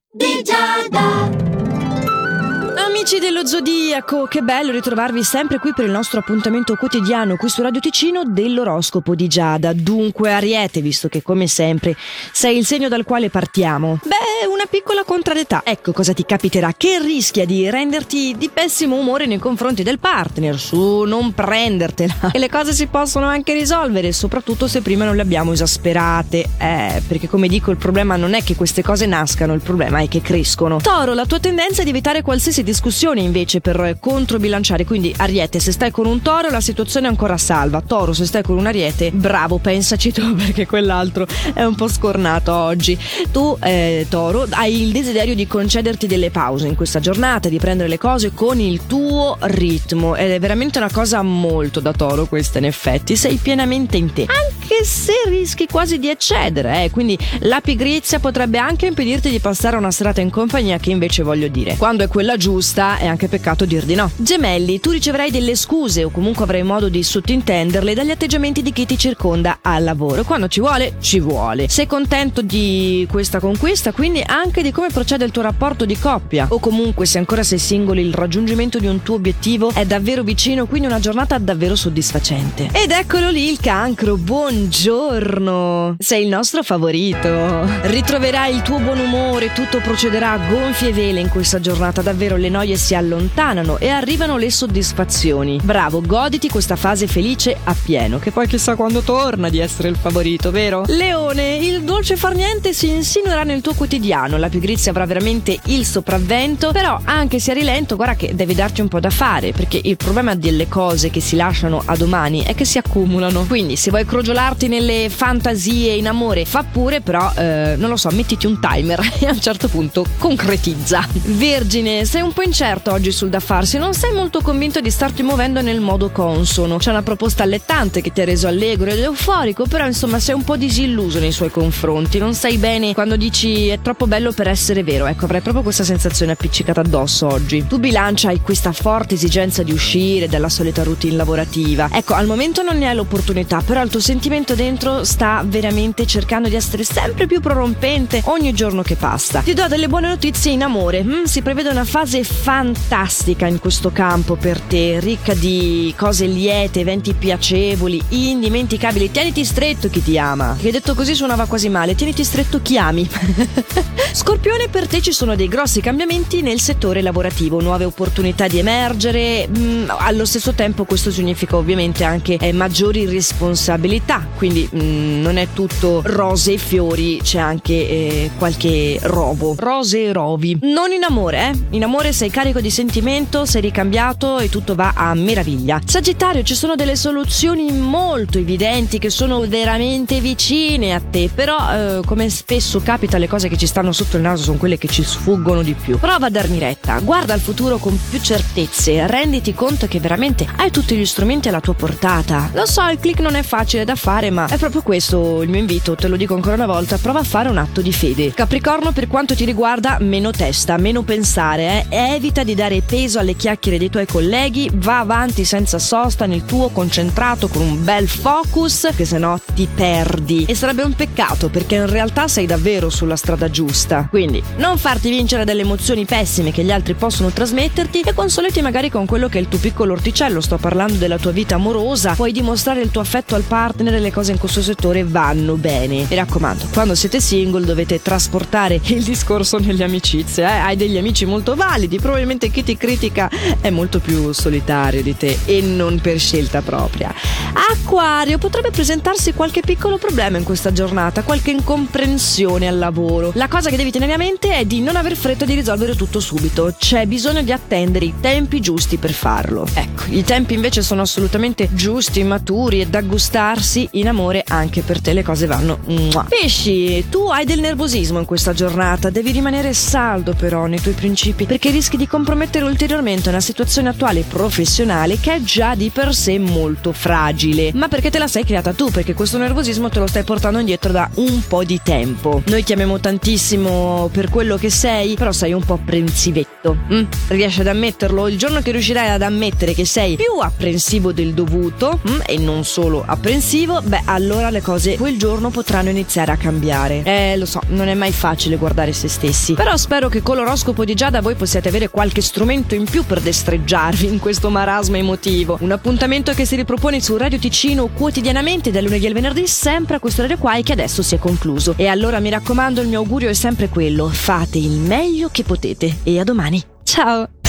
di Giada. Amici dello Zodiaco, che bello ritrovarvi sempre qui per il nostro appuntamento quotidiano qui su Radio Ticino dell'oroscopo di Giada. Dunque, Ariete, visto che come sempre sei il segno dal quale partiamo, una piccola contrarietà. Ecco cosa ti capiterà, che rischia di renderti di pessimo umore nei confronti del partner. Su, non prendertela. E le cose si possono anche risolvere, soprattutto se prima non le abbiamo esasperate. Perché come dico, il problema non è che queste cose nascano, il problema è che crescono. Toro, la tua tendenza è di evitare qualsiasi discussione invece per controbilanciare, quindi Ariete, se stai con un Toro la situazione è ancora salva. Toro, se stai con un Ariete, bravo, pensaci tu, perché quell'altro è un po' scornato oggi. Tu, Toro, hai il desiderio di concederti delle pause in questa giornata, di prendere le cose con il tuo ritmo, ed è veramente una cosa molto da Toro questa, in effetti sei pienamente in te, anche se rischi quasi di eccedere, quindi la pigrizia potrebbe anche impedirti di passare una serata in compagnia, che invece voglio dire, quando è quella giusta è anche peccato dir di no. Gemelli, tu riceverai delle scuse o comunque avrai modo di sottintenderle dagli atteggiamenti di chi ti circonda al lavoro. Quando ci vuole, ci vuole. Sei contento di questa conquista, quindi anche di come procede il tuo rapporto di coppia, o comunque se ancora sei singoli il raggiungimento di un tuo obiettivo è davvero vicino, quindi una giornata davvero soddisfacente. Ed eccolo lì il Cancro, buongiorno, sei il nostro favorito, ritroverai il tuo buon umore, tutto procederà a gonfie vele in questa giornata, davvero le noie si allontanano e arrivano le soddisfazioni. Bravo, goditi questa fase felice appieno, che poi chissà quando torna di essere il favorito, vero? Leone, il dolce far niente si insinuerà nel tuo quotidiano, la pigrizia avrà veramente il sopravvento, però anche se a rilento guarda che devi darti un po' da fare, perché il problema delle cose che si lasciano a domani è che si accumulano, quindi se vuoi crogiolarti nelle fantasie in amore fa pure, però non lo so, mettiti un timer e a un certo punto concretizza. Vergine, sei un po' incerto oggi sul da farsi, non sei molto convinto di starti muovendo nel modo consono. C'è una proposta allettante che ti ha reso allegro ed euforico, però insomma sei un po' disilluso nei suoi confronti, non sai bene quando dici è troppo bello per essere vero. Ecco, avrai proprio questa sensazione appiccicata addosso oggi. Tu Bilancia hai questa forte esigenza di uscire dalla solita routine lavorativa. Ecco, al momento non ne hai l'opportunità, però il tuo sentimento dentro sta veramente cercando di essere sempre più prorompente ogni giorno che passa. Ti do delle buone notizie in amore, si prevede una fase fantastica in questo campo per te, ricca di cose liete, eventi piacevoli, indimenticabili. Tieniti stretto chi ti ama, che detto così suonava quasi male, tieniti stretto chi ami. Scorpione, per te ci sono dei grossi cambiamenti nel settore lavorativo, nuove opportunità di emergere, allo stesso tempo questo significa ovviamente anche maggiori responsabilità, quindi non è tutto rose e fiori, c'è anche qualche rovo, rose e rovi. Non in amore, in amore sei carico di sentimento, sei ricambiato e tutto va a meraviglia. Sagittario, ci sono delle soluzioni molto evidenti che sono veramente vicine a te, però come spesso capita, le cose che ci stanno sotto il naso sono quelle che ci sfuggono di più. Prova a darmi retta, guarda al futuro con più certezze, renditi conto che veramente hai tutti gli strumenti alla tua portata. Lo so, il click non è facile da fare, ma è proprio questo il mio invito, te lo dico ancora una volta, prova a fare un atto di fede. Capricorno, per quanto ti riguarda, meno testa, meno pensare, evita di dare peso alle chiacchiere dei tuoi colleghi, va avanti senza sosta nel tuo, concentrato con un bel focus, che sennò ti perdi e sarebbe un peccato, perché in realtà sei davvero sulla strada giusta. Quindi non farti vincere dalle emozioni pessime che gli altri possono trasmetterti e consolati magari con quello che è il tuo piccolo orticello. Sto parlando della tua vita amorosa, puoi dimostrare il tuo affetto al partner e le cose in questo settore vanno bene. Mi raccomando, quando siete single dovete trasportare il discorso nelle amicizie, hai degli amici molto validi, probabilmente chi ti critica è molto più solitario di te e non per scelta propria. Acquario, potrebbe presentarsi qualche piccolo problema in questa giornata, qualche incomprensione al lavoro. La cosa che devi tenere a mente è di non aver fretta di risolvere tutto subito, c'è bisogno di attendere i tempi giusti per farlo. Ecco, i tempi invece sono assolutamente giusti, maturi e da gustarsi. In amore anche per te le cose vanno. Pesci, tu hai del nervosismo in questa giornata, devi rimanere saldo però nei tuoi principi, perché rischi di compromettere ulteriormente una situazione attuale professionale che è già di per sé molto fragile, ma perché te la sei creata tu, perché questo nervosismo te lo stai portando indietro da un po' di tempo. Noi ti amiamo tantissimo benissimo per quello che sei, però sei un po' apprensivetto. Riesci ad ammetterlo? Il giorno che riuscirai ad ammettere che sei più apprensivo del dovuto, e non solo apprensivo, allora le cose quel giorno potranno iniziare a cambiare. Lo so, non è mai facile guardare se stessi, però spero che con l'oroscopo di Giada voi possiate avere qualche strumento in più per destreggiarvi in questo marasma emotivo. Un appuntamento che si ripropone su Radio Ticino quotidianamente dal lunedì al venerdì, sempre a questo orario qua, e che adesso si è concluso. E allora mi raccomando, il mio augurio è sempre quello: fate il meglio che potete, e a domani. Ciao!